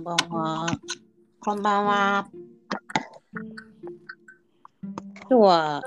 ばんは。 こんばんは。 今日は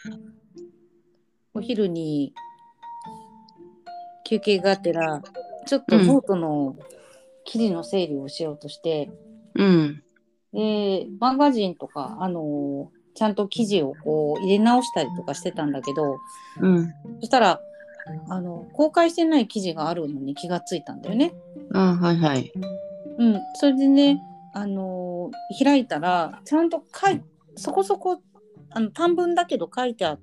お昼に休憩がてら、ちょっとノートの記事の整理をしようとして、でマガジンとか、ちゃんと記事をこう入れ直したりとかしてたんだけど、そしたら公開してない記事があるのに気がついたんだよね。 はいはい。 それでね、開いたらちゃんとそこそこ短文だけど書いてあって、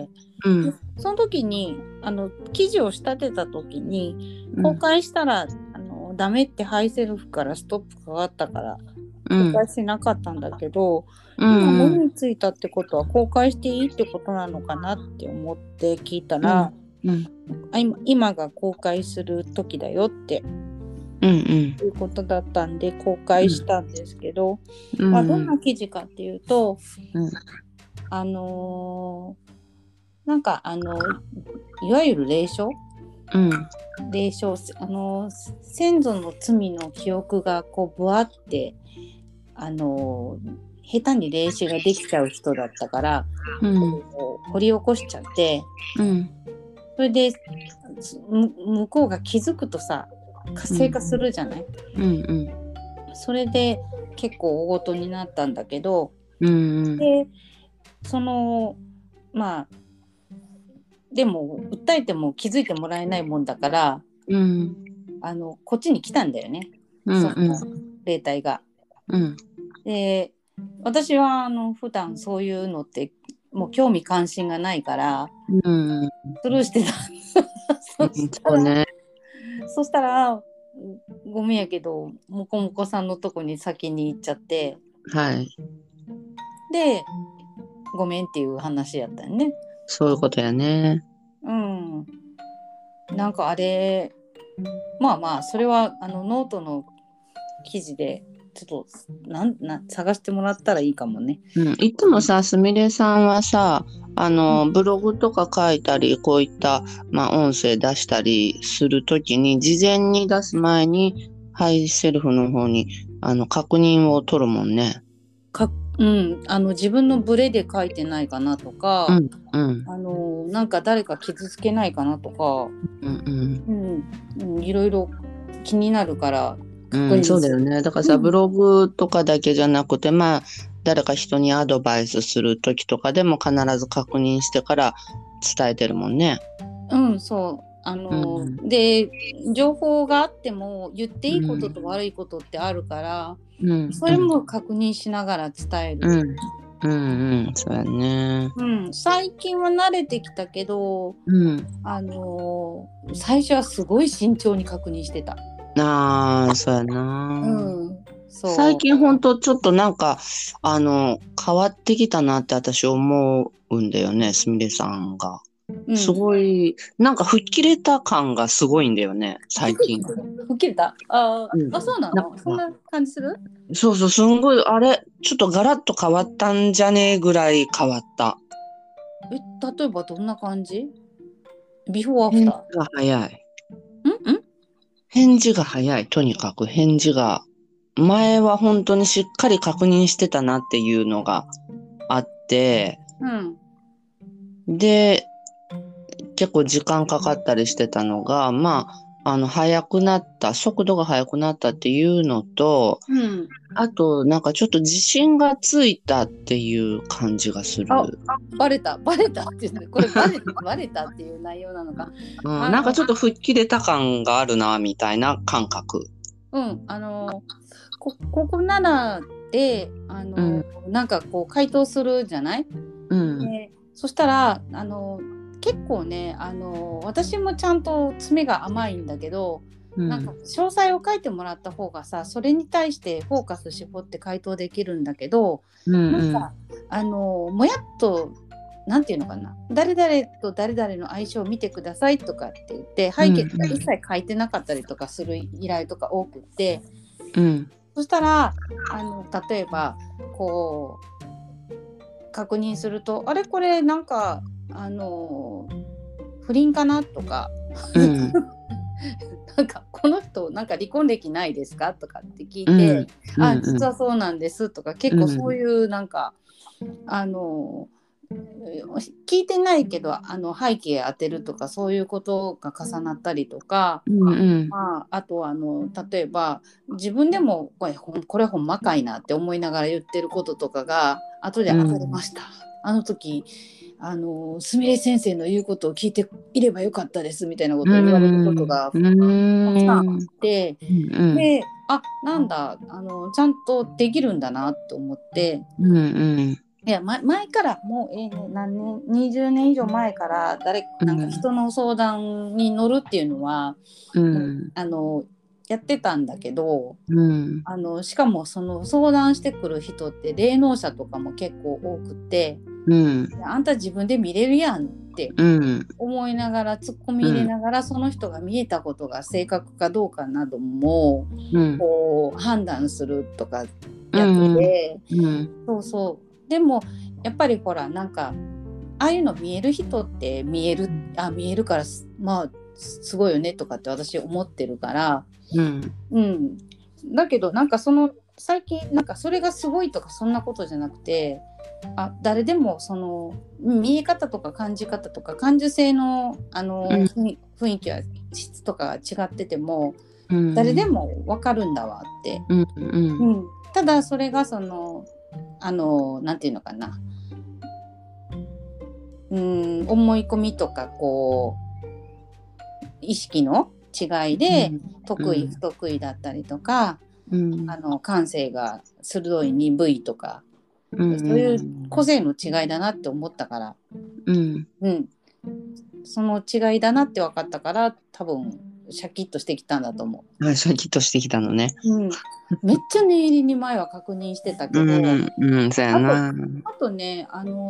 その時に記事を仕立てた時に公開したら、ダメってハイセルフからストップかかったから公開しなかったんだけど、今目についたってことは公開していいってことなのかなって思って聞いたら、今が公開する時だよっていうことだったんで公開したんですけど、どんな記事かっていうと、なんかいわゆる霊障、先祖の罪の記憶がこうぶわって下手に霊視ができちゃう人だったから、掘り起こしちゃって、それで向こうが気づくとさ活性化するじゃない、それで結構大事になったんだけど、ででも訴えても気づいてもらえないもんだから、こっちに来たんだよね、その霊体が。で私は普段そういうのってもう興味関心がないから、スルーしてたそしたらごめんやけどもこもこさんのとこに先に行っちゃって、でごめんっていう話やったよね。 そういうことやね。 なんかあれそれはノートの記事でちょっと探してもらったらいいかもね。 いつもさ、すみれさんはさ、ブログとか書いたり、こういった、音声出したりするときに、事前に出す前に、ハイセルフの方に、確認を取るもんね。 自分のブレで書いてないかなとか、なんか誰か傷つけないかなとか、いろいろ気になるからそうだよね。だからさ、ブログとかだけじゃなくて、誰か人にアドバイスするときとかでも必ず確認してから伝えてるもんね。 そうで情報があっても言っていいことと悪いことってあるから、それも確認しながら伝える。 そうやね。 最近は慣れてきたけど、最初はすごい慎重に確認してた。 そうやな。最近ほんとちょっとなんか変わってきたなって私思うんだよね、すみれさんが。すごいなんか吹っ切れた感がすごいんだよね、最近。 吹っ切れた？そうなの？そんな感じする？ そう、すんごいあれちょっとガラッと変わったんじゃねえぐらい変わった。 例えばどんな感じ？ビフォーアフター？ 返事が早い。返事が早い。とにかく返事が。前は本当にしっかり確認してたなっていうのがあって、で、結構時間かかったりしてたのが、速度が速くなったっていうのと、あと、なんかちょっと自信がついたっていう感じがする。 バレたっていうね。これバレたっていう内容なのか。 なんかちょっと吹っ切れた感があるな、みたいな感覚。 ここならで、なんかこう回答するじゃない？そしたら結構ね私もちゃんと詰めが甘いんだけど、なんか詳細を書いてもらった方がさそれに対してフォーカス絞って回答できるんだけど、なんかもやっとなんていうのかな、誰々と誰々の相性を見てくださいとかって言って背景とか一切書いてなかったりとかする依頼とか多くって、そしたら例えばこう確認すると、あれこれなんか不倫かなとか、なんかこの人なんか離婚歴ないですかとかって聞いて、実はそうなんですとか、結構そういうなんか、聞いてないけど背景当てるとかそういうことが重なったりとか、あとは例えば自分でもこれほんまかいなって思いながら言ってることとかが後で当たりました、あの時すみれ先生の言うことを聞いていればよかったですみたいなことを言われることがたくさんあって、でなんだちゃんとできるんだなと思って、いや、前からもう、何年20年以上前からなんか人の相談に乗るっていうのは、やってたんだけど、しかもその相談してくる人って霊能者とかも結構多くて、あんた自分で見れるやんって思いながら突っ込み入れながら、その人が見えたことが正確かどうかなども、こう判断するとかやってて、そうそう。でもやっぱりほらなんかああいうの見える人って見えるからまあすごいよねとかって私思ってるから、だけどなんか最近なんかそれがすごいとかそんなことじゃなくて、誰でもその見え方とか感じ方とか感受性の雰囲気や質とかが違ってても、誰でも分かるんだわって、ただそれがなんていうのかな、思い込みとかこう意識の違いで得意不得意だったりとか、感性が鋭い鈍いとか、そういう個性の違いだなって思ったから、その違いだなって分かったから多分シャキッとしてきたんだと思う。 シャキッとしてきたのね。 めっちゃ念入りに前は確認してたけど、 そうやな。 あとね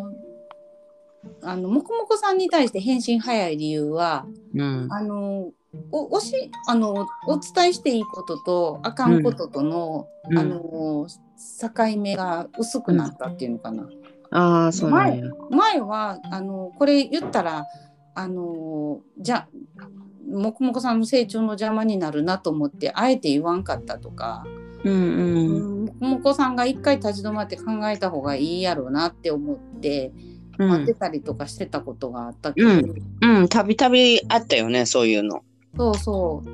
もこもこさんに対して返信早い理由は、お伝えしていいこととあかんこととの、境目が薄くなったっていうのかな。 そうなんや。 前はこれ言ったらじゃもこもこさんの成長の邪魔になるなと思ってあえて言わんかったとか、もこもこさんが一回立ち止まって考えた方がいいやろうなって思って待ってたりとかしてたことがあったけど、 たびたびあったよねそういうの。 そう、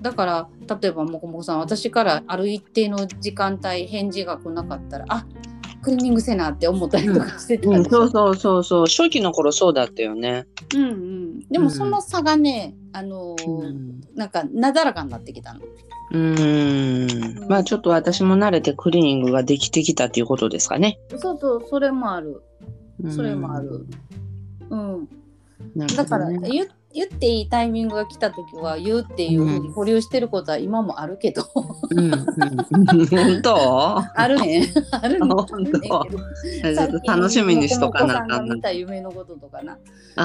だから例えばもこもこさん私からある一定の時間帯返事が来なかったらクリーニングせなって思ったりとかしてたでしょ。 そう初期の頃そうだったよね。 でもその差がね、なんかなだらかになってきたの。 まあちょっと私も慣れてクリーニングができてきたっていうことですかね。 そうそれもある。だから言っていいタイミングが来た時は言うっていうふうに保留してることは今もあるけど、 本当あるね本当楽しみにしとかなあかんな。 お子さんが見た夢のこととかな。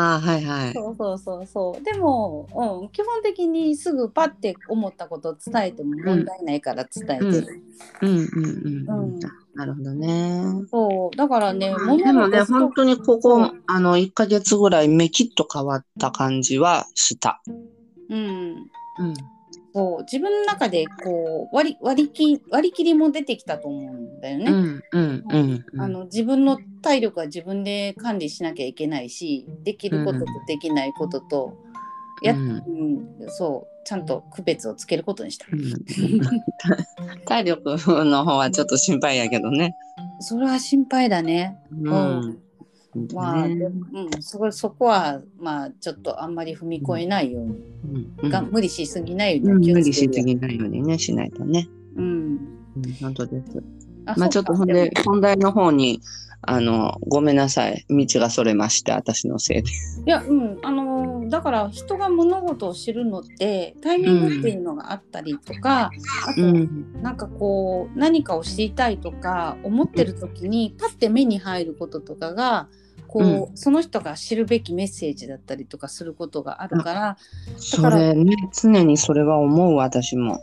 そうでも、基本的にすぐパッて思ったことを伝えても問題ないから伝えてる。 なるほどね。 そうだからね、 でもね本当にここ1ヶ月ぐらい目きっと変わった感じはした。そう自分の中でこう割り切りも出てきたと思うんだよね。自分の体力は自分で管理しなきゃいけないし、できることとできないこととそうちゃんと区別をつけることにした。 体力の方はちょっと心配やけどね。 それは心配だね。そこはまあちょっとあんまり踏み越えないように、無理しすぎないように無理しすぎないようにねしないとね。本当です。まあちょっと本題の方にごめんなさい、道がそれまして私のせいで。 いやだから人が物事を知るのってタイミングっていうのがあったりとか、あとなんかこう何かを知りたいとか思ってる時にパッて目に入ることとかがこう、その人が知るべきメッセージだったりとかすることがあるから、 それね常にそれは思う私も。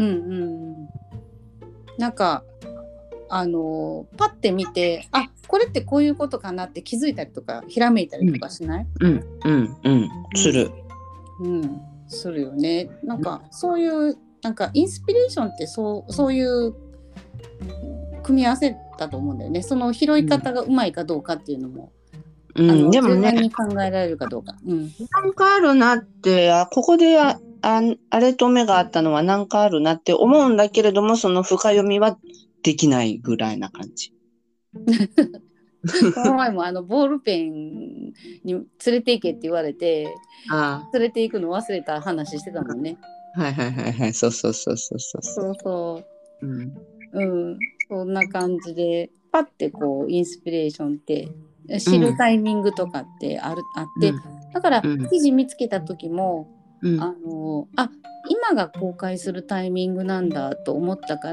なんかパッて見てこれってこういうことかなって気づいたりとかひらめいたりとかしない？ する。 するよね。なんかそういうなんかインスピレーションってそういう組み合わせだと思うんだよね。その拾い方がうまいかどうかっていうのも、 でもね、 柔軟に考えられるかどうか。 なんかあるなって、ここであれと目があったのはなんかあるなって思うんだけれども、その深読みはできないぐらいな感じ。 この前もボールペンに連れて行けって言われて、連れて行くの忘れた話してたもんね。 はいはいはいはい、そう。 そうそう。そんな感じでパッてこうインスピレーションって知るタイミングとかってあって、だから記事見つけた時も、今が公開するタイミングなんだと思ったから、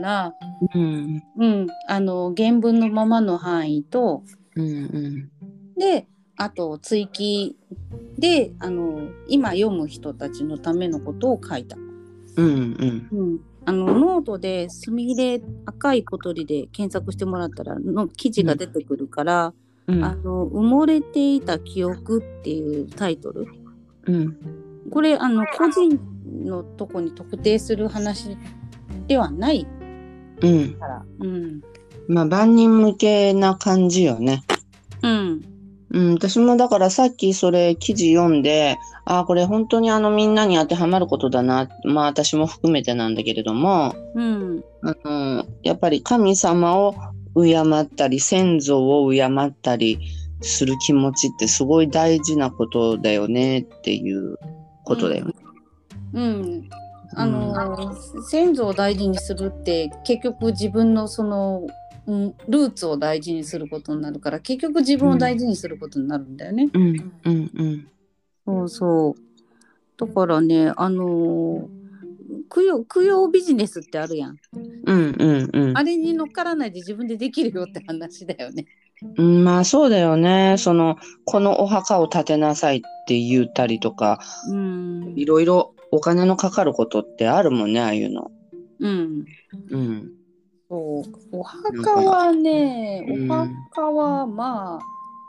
原文のままの範囲と、であと追記で今読む人たちのためのことを書いた。ノートでスミレ赤い小鳥で検索してもらったらの記事が出てくるから、埋もれていた記憶っていうタイトル、これ個人のとこに特定する話ではないから、 まあ万人向けな感じよね。私もだからさっきそれ記事読んで、これ本当にみんなに当てはまることだな、まあ私も含めてなんだけれども、やっぱり神様を敬ったり先祖を敬ったりする気持ちってすごい大事なことだよねっていうことだよね。 先祖を大事にするって結局自分のそのルーツを大事にすることになるから、結局自分を大事にすることになるんだよね。そうだからね、供養ビジネスってあるやん。あれに乗っからないで自分でできるよって話だよね。 まあそうだよね。このお墓を建てなさいって言ったりとか、いろいろお金のかかることってあるもんね、ああいうの。 そうお墓はね、お墓はま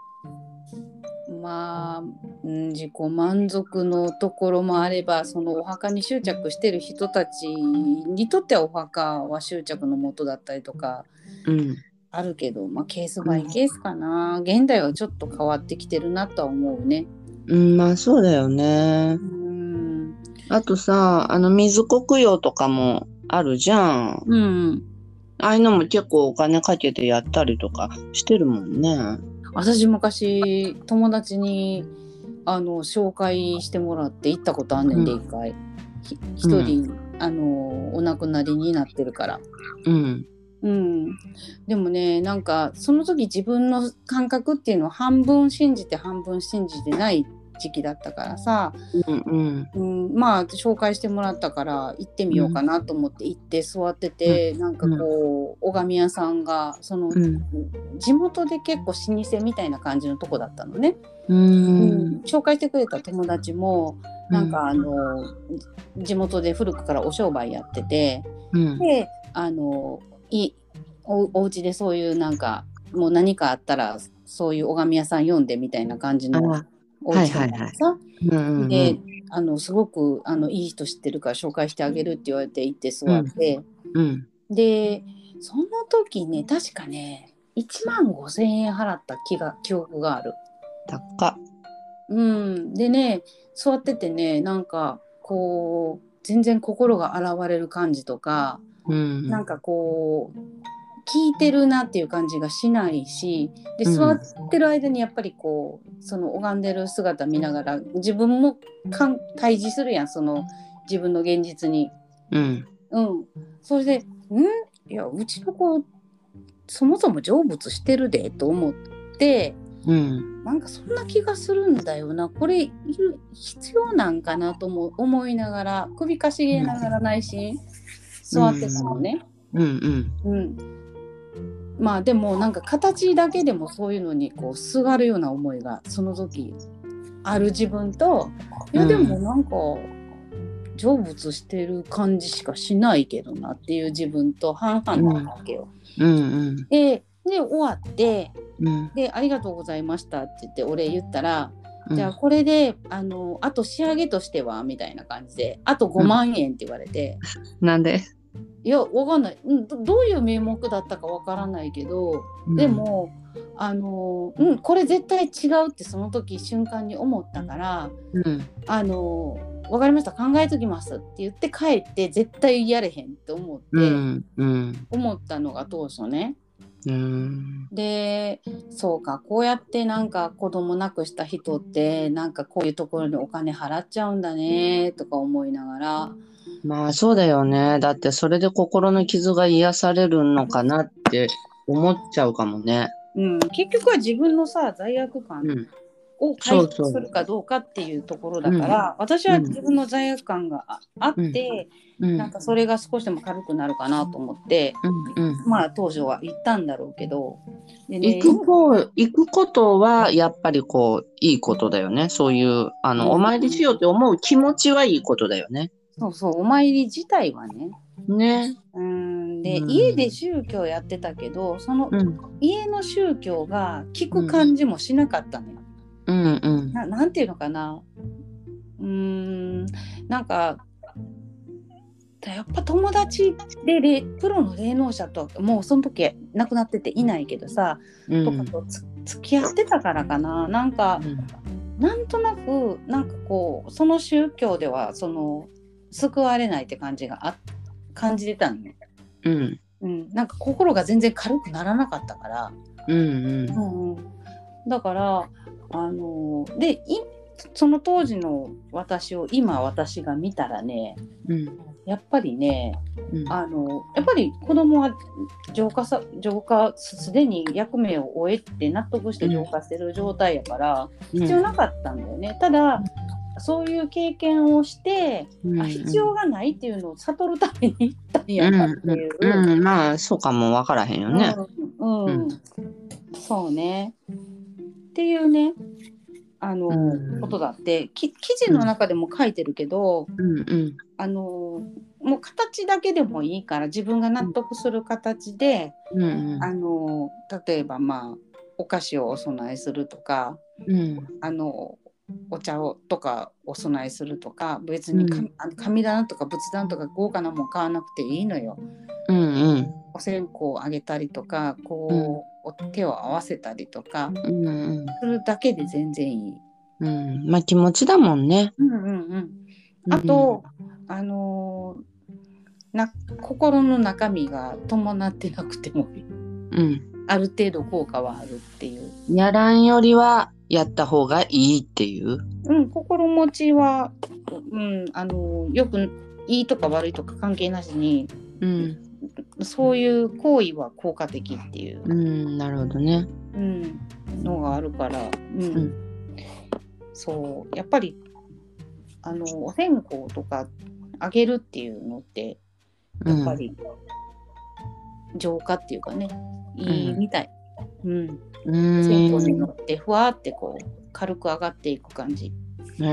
あ、自己満足のところもあれば、そのお墓に執着してる人たちにとってはお墓は執着のもとだったりとかあるけど、ケースバイケースかな。現代はちょっと変わってきてるなとは思うね。 まあそうだよね。あとさ、水子供養とかもあるじゃん。ああいうのも結構お金かけてやったりとかしてるもんね。 私昔友達に紹介してもらって行ったことあんねんで、一回一人お亡くなりになってるから。でもね、なんかその時自分の感覚っていうのを半分信じて半分信じてない時期だったからさ、まあ紹介してもらったから行ってみようかなと思って行って座ってて、なんかこう拝み屋さんがその、地元で結構老舗みたいな感じのとこだったのね。紹介してくれた友達もなんか地元で古くからお商売やってて、でお家でそういうなんかもう何かあったらそういう拝み屋さん呼んでみたいな感じのお家だからさ、ですごくいい人知ってるから紹介してあげるって言われて行って座って、でその時ね、確かね15,000円払った記憶がある。 高っ。 でね、座っててね、なんかこう全然心が洗われる感じとか、なんかこう聞いてるなっていう感じがしないし、で座ってる間にやっぱりこうその拝んでる姿見ながら自分も対峙するやん、その自分の現実に。それでいやうちの子そもそも成仏してるでと思って、なんかそんな気がするんだよな、これ必要なんかなとも思いながら首かしげながら内心座ってたのね。まあでもなんか形だけでもそういうのにこうすがるような思いがその時ある自分と、いやでもなんか成仏してる感じしかしないけどなっていう自分と半々だったわけよ。で終わって、でありがとうございましたって言ってお礼言ったら、 じゃあこれであと仕上げとしてはみたいな感じであと5万円って言われて、 なんで？ いやわかんない、どういう名目だったかわからないけど、でもこれ絶対違うってその時瞬間に思ったから、わかりました考えときますって言って帰って絶対やれへんって思って、思ったのが当初ね。でそうかこうやってなんか子供亡くした人ってなんかこういうところにお金払っちゃうんだねとか思いながら、 まあそうだよね。だってそれで心の傷が癒されるのかなって思っちゃうかもね。 結局は自分のさ罪悪感を解消するかどうかっていうところだから、私は自分の罪悪感があって、なんかそれが少しでも軽くなるかなと思って、まあ当初は行ったんだろうけど、でね、 行くことはやっぱりこういいことだよね。そういうお参りしようって思う気持ちはいいことだよね。 そうそうお参り自体はね。で、家で宗教やってたけどその、家の宗教が効く感じもしなかったのよ。なんていうのかな、なんかやっぱ友達でプロの霊能者ともうその時亡くなってていないけどさ、とかと付き合ってたからかな、なんか、なんとなくなんかこうその宗教ではその救われないって感じてたのね。なんか心が全然軽くならなかったから、だからでその当時の私を今私が見たらね、やっぱりね、やっぱり子供は浄化すでに役目を終えて納得して浄化してる状態やから、必要なかったんだよね。ただそういう経験をして、必要がないっていうのを悟るために行ったんやなっていう、 まあそうかも分からへんよね。 そうねっていうねことだって記事の中でも書いてるけど、もう形だけでもいいから自分が納得する形で、例えばまあお菓子をお供えするとか、お茶をとかお供えするとか、別に神棚とか仏壇とか豪華なもん買わなくていいのよ。お線香をあげたりとかこう、手を合わせたりとか、するだけで全然いい。 まあ気持ちだもんね。 あと、心の中身が伴ってなくてもいい。ある程度効果はあるっていう。 やらんよりはやった方がいいっていう。 心持ちは、よくいいとか悪いとか関係なしに、そういう行為は効果的っていう。 なるほどね。 のがあるから、そうやっぱりお線香とかあげるっていうのってやっぱり浄化っていうかね、いいみたい。線香に乗ってふわってこう軽く上がっていく感じ。だ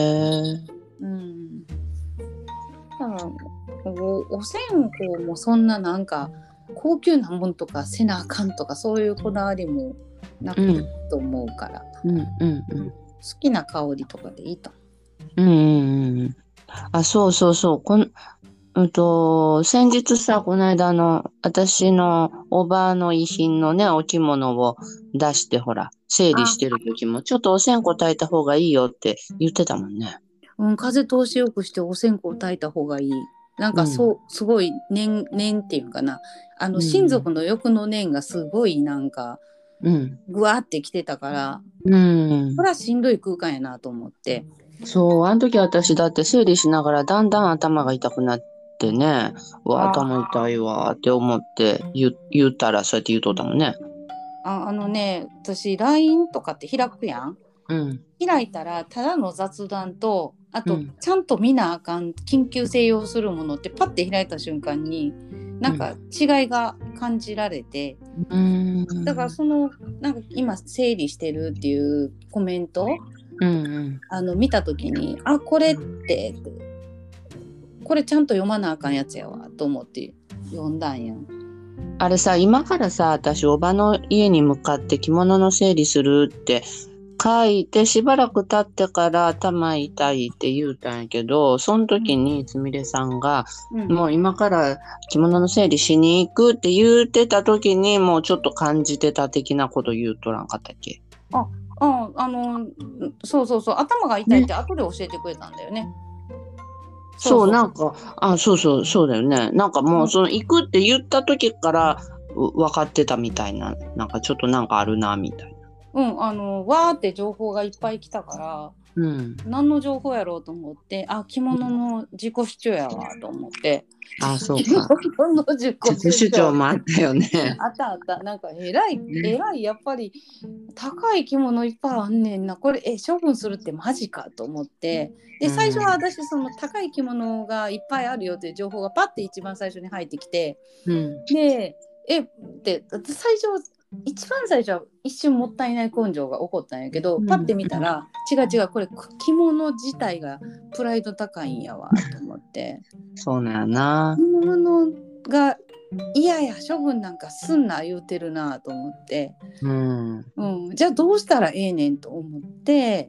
からお線香もそんななんか高級なもんとかせなあかんとかそういうこだわりもなくていいと思うから、好きな香りとかでいいと思う。 そう先日さ、この間私のおばあの遺品のねお着物を出してほら整理してる時もちょっとお線香焚いた方がいいよって言ってたもんね。 風通しよくしてお線香焚いた方がいい。なんかすごい念っていうかな、親族の欲の念がすごいなんかぐわってきてたから、それはしんどい空間やなと思って。 そうあの時私だって整理しながらだんだん頭が痛くなってね、頭痛いわって思って言ったらそうやって言うとったもんね。 私 LINE とかって開くやん。開いたらただの雑談とあと、ちゃんと見なあかん緊急性要するものってパッて開いた瞬間になんか違いが感じられて、だからなんか今整理してるっていうコメント、見た時にこれってこれちゃんと読まなあかんやつやわと思って読んだんや。 あれさ今からさ私おばの家に向かって着物の整理するって書いてしばらく経ってから頭痛いって言うたんやけど、その時にすみれさんが、もう今から着物の整理しに行くって言ってた時にもうちょっと感じてた的なこと言うとらんかったっけ？ そうそうそう、頭が痛いって後で教えてくれたんだよね。 そうなんかそうだよね。なんかもうその行くって言った時から分かってたみたいな、なんかちょっとなんかあるなみたいな。 わーって情報がいっぱい来たから、何の情報やろうと思って、着物の自己主張やわと思って。 そうか。 着物の自己主張もあったよね。 あったなんかえらいやっぱり高い着物いっぱいあんねんな、これ処分するってマジかと思って。で最初は私その高い着物がいっぱいあるよという情報がパッて一番最初に入ってきて、でって最初一番最初は一瞬もったいない根性が起こったんやけど、パッて見たら違うこれ着物自体がプライド高いんやわと思って。 そうなんやな。 着物がいや処分なんかすんな言うてるなと思って、じゃあどうしたらええねんと思って、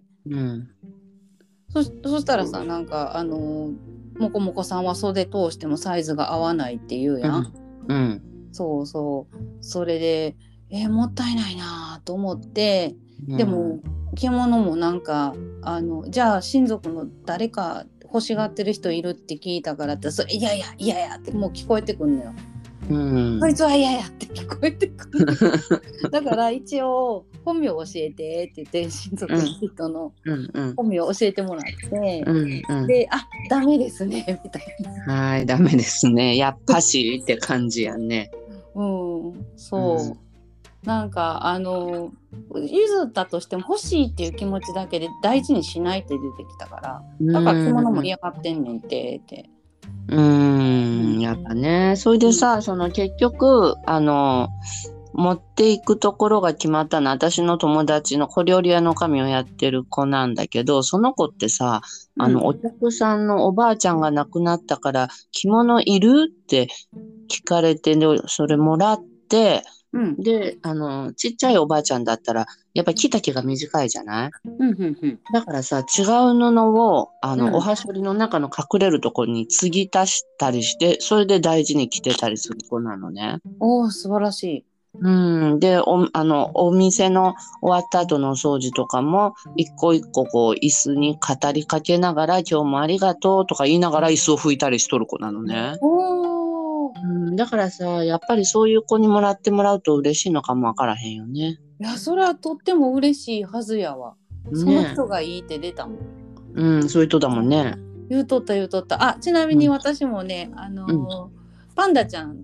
そしたらさ、なんかもこもこさんは袖通してもサイズが合わないって言うやん。そうそれでもったいないなと思って、でも着物もなんかじゃあ親族の誰か欲しがってる人いるって聞いたからって、それいやってもう聞こえてくんのよ。こいつは嫌やって聞こえてくるだから一応本名教えてって言って親族の人の本名教えてもらって、でダメですねみたいな。 はいダメですねやっぱしって感じやね。 そう、なんか譲ったとしても欲しいっていう気持ちだけで大事にしないって出てきたから、だから着物も嫌がってんねんってやっぱね。それでさ、その結局持っていくところが決まったの。私の友達の小料理屋の神をやってる子なんだけど、その子ってさ、お客さんのおばあちゃんが亡くなったから着物いるって聞かれて、それもらって、でちっちゃいおばあちゃんだったらやっぱり着丈が短いじゃない、だからさ違う布をおはしょりの中の隠れるところに継ぎ足したりして、それで大事に着てたりする子なのね。 素晴らしい。 でお店の終わった後のお掃除とかも一個一個こう椅子に語りかけながら今日もありがとうとか言いながら椅子を拭いたりしとる子なのね。だからさやっぱりそういう子にもらってもらうと嬉しいのかもわからへんよね。 いやそれはとっても嬉しいはずやわ、その人がいいって出たもん。 そういう人だもんね。 言うとったちなみに私もねパンダちゃんって、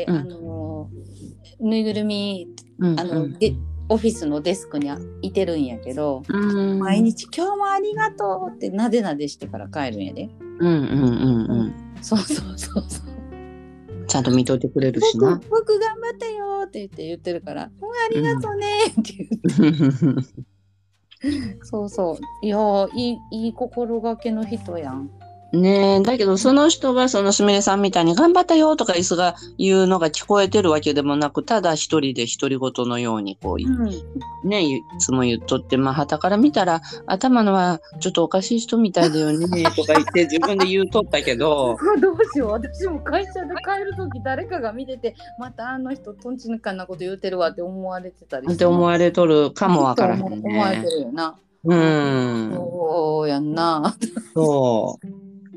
ぬいぐるみでオフィスのデスクにいてるんやけど、毎日今日もありがとうってなでなでしてから帰るんやで。そうちゃんと見といてくれるしな。 僕頑張ったよって言ってるから、ありがとうねって言ってそういやいい心がけの人やんねえ。だけどその人がそのすみれさんみたいに頑張ったよとか椅子が言うのが聞こえてるわけでもなく、ただ一人で独り言のようにこう、いつも言っとって、傍から見たら頭のはちょっとおかしい人みたいだよねとか言って自分で言うとったけどどうしよう、私も会社で帰る時誰かが見ててまたあの人とんちぬかんなこと言うてるわって思われてたりして、 思われとるかもわからへんね。 思われてるよな。そうやんな。そう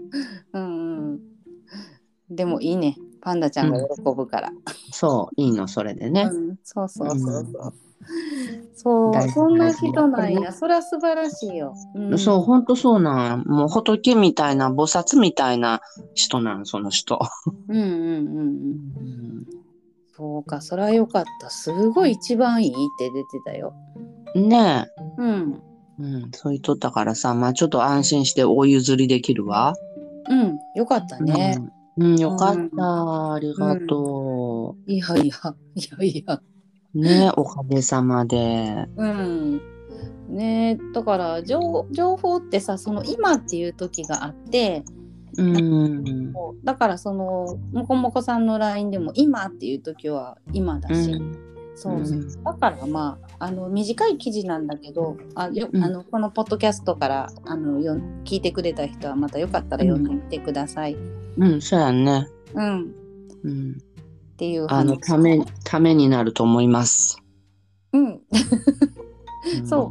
でもいいね、パンダちゃんが喜ぶから、 そういいのそれでね、 そうそんな人なんや。それは素晴らしいよ。 そう本当そうなん、もう仏みたいな菩薩みたいな人なんその人。 そうか、それはよかった。すごい一番いいって出てたよねえ。そう言っとったからさ、ちょっと安心してお譲りできるわ。 よかったね。 よかった、ありがとう。いやね、おかげさまで。 ね、だから情報ってさ、その今っていう時があって、だからそのもこもこさんの LINE でも今っていう時は今だし、 そうそう。だからまあ短い記事なんだけど、このポッドキャストから聞いてくれた人はまたよかったら読んでみてください。 そうやね。 っていう話。ためになると思います。 そう、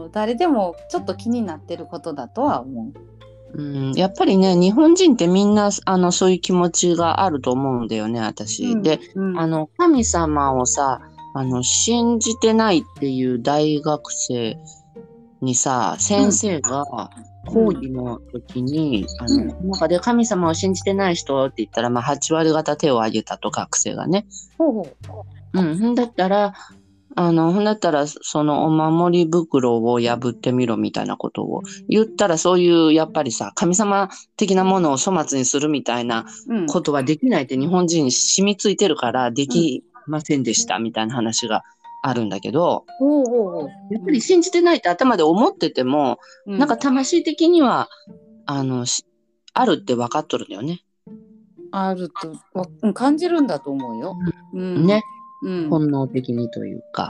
誰でもちょっと気になってることだとは思う。 やっぱりね、日本人ってみんなそういう気持ちがあると思うんだよね、私。で、神様をさ、信じてないっていう大学生にさ、先生が講義の時に、中で神様を信じてない人って言ったら、8割方手を挙げたと、学生がね。だったら、そのお守り袋を破ってみろみたいなことを言ったら、そういうやっぱりさ、神様的なものを粗末にするみたいなことはできないって日本人に染みついてるからできませんでしたみたいな話があるんだけど、やっぱり信じてないって頭で思ってても、なんか魂的にはあるって分かっとるんだよね。 あると感じるんだと思うよ。 ね。本能的にというか、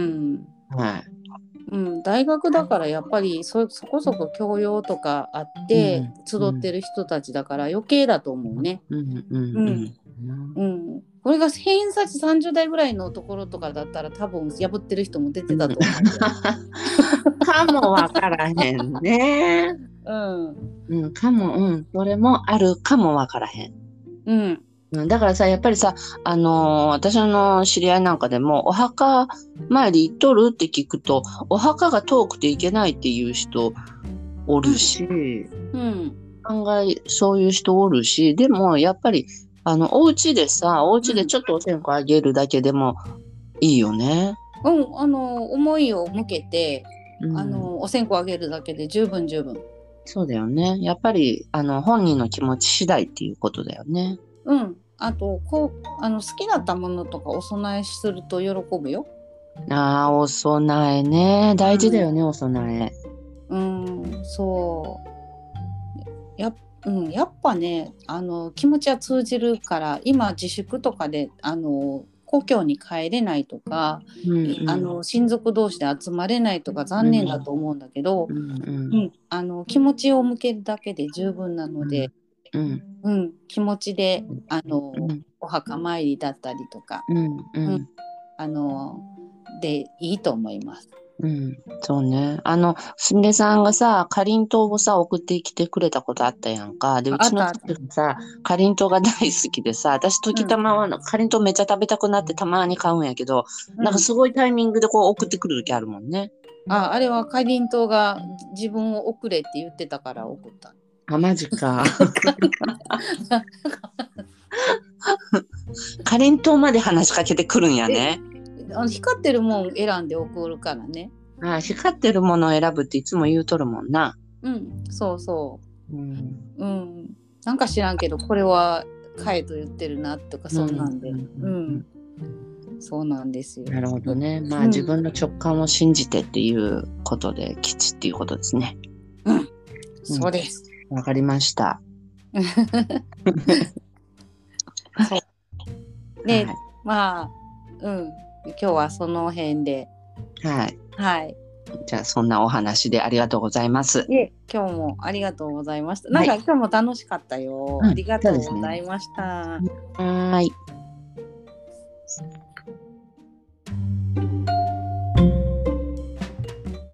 大学だからやっぱりそこそこ教養とかあって集ってる人たちだから余計だと思うね。これが偏差値30代ぐらいのところとかだったら多分破ってる人も出てたと思う。かもわからへんね。かも、それもあるかもわからへん。だからさ、やっぱりさ、私の知り合いなんかでも、お墓参り行っとるって聞くと、お墓が遠くて行けないっていう人おるし、案外そういう人おるし、でもやっぱり、お家でちょっとお線香あげるだけでもいいよね。 思いを向けて、お線香あげるだけで十分。 そうだよね。やっぱり、本人の気持ち次第っていうことだよね。 あと好きだったものとかお供えすると喜ぶよ。 お供えね、大事だよね、お供え。 そうやっぱね気持ちは通じるから、今自粛とかで故郷に帰れないとか、親族同士で集まれないとか残念だと思うんだけど、気持ちを向けるだけで十分なので、気持ちでお墓参りだったりとか、でいいと思います。 そうね。すみれさんがさ、かりんとうをさ、送ってきてくれたことあったやんか。で、うちの父がさ、かりんとうが大好きでさ、私時たまはかりんとうめっちゃ食べたくなってたまに買うんやけど、なんかすごいタイミングでこう送ってくる時あるもんね。 あれはかりんとうが自分を送れって言ってたから送った。 マジか。かりんとうまで話しかけてくるんやね。 光ってるもん選んで送るからね。 光ってるものを選ぶっていつも言うとるもんな。 そうそう。なんか知らんけどこれは買えと言ってるなとか、そんなんで。そうなんですよ。 なるほどね。自分の直感を信じてっていうことで吉っていうことですね。 そうです。 わかりました。 で、今日はその辺で。 じゃあそんなお話でありがとうございます。 今日もありがとうございました。なんか今日も楽しかったよ。ありがとうございました。 はい。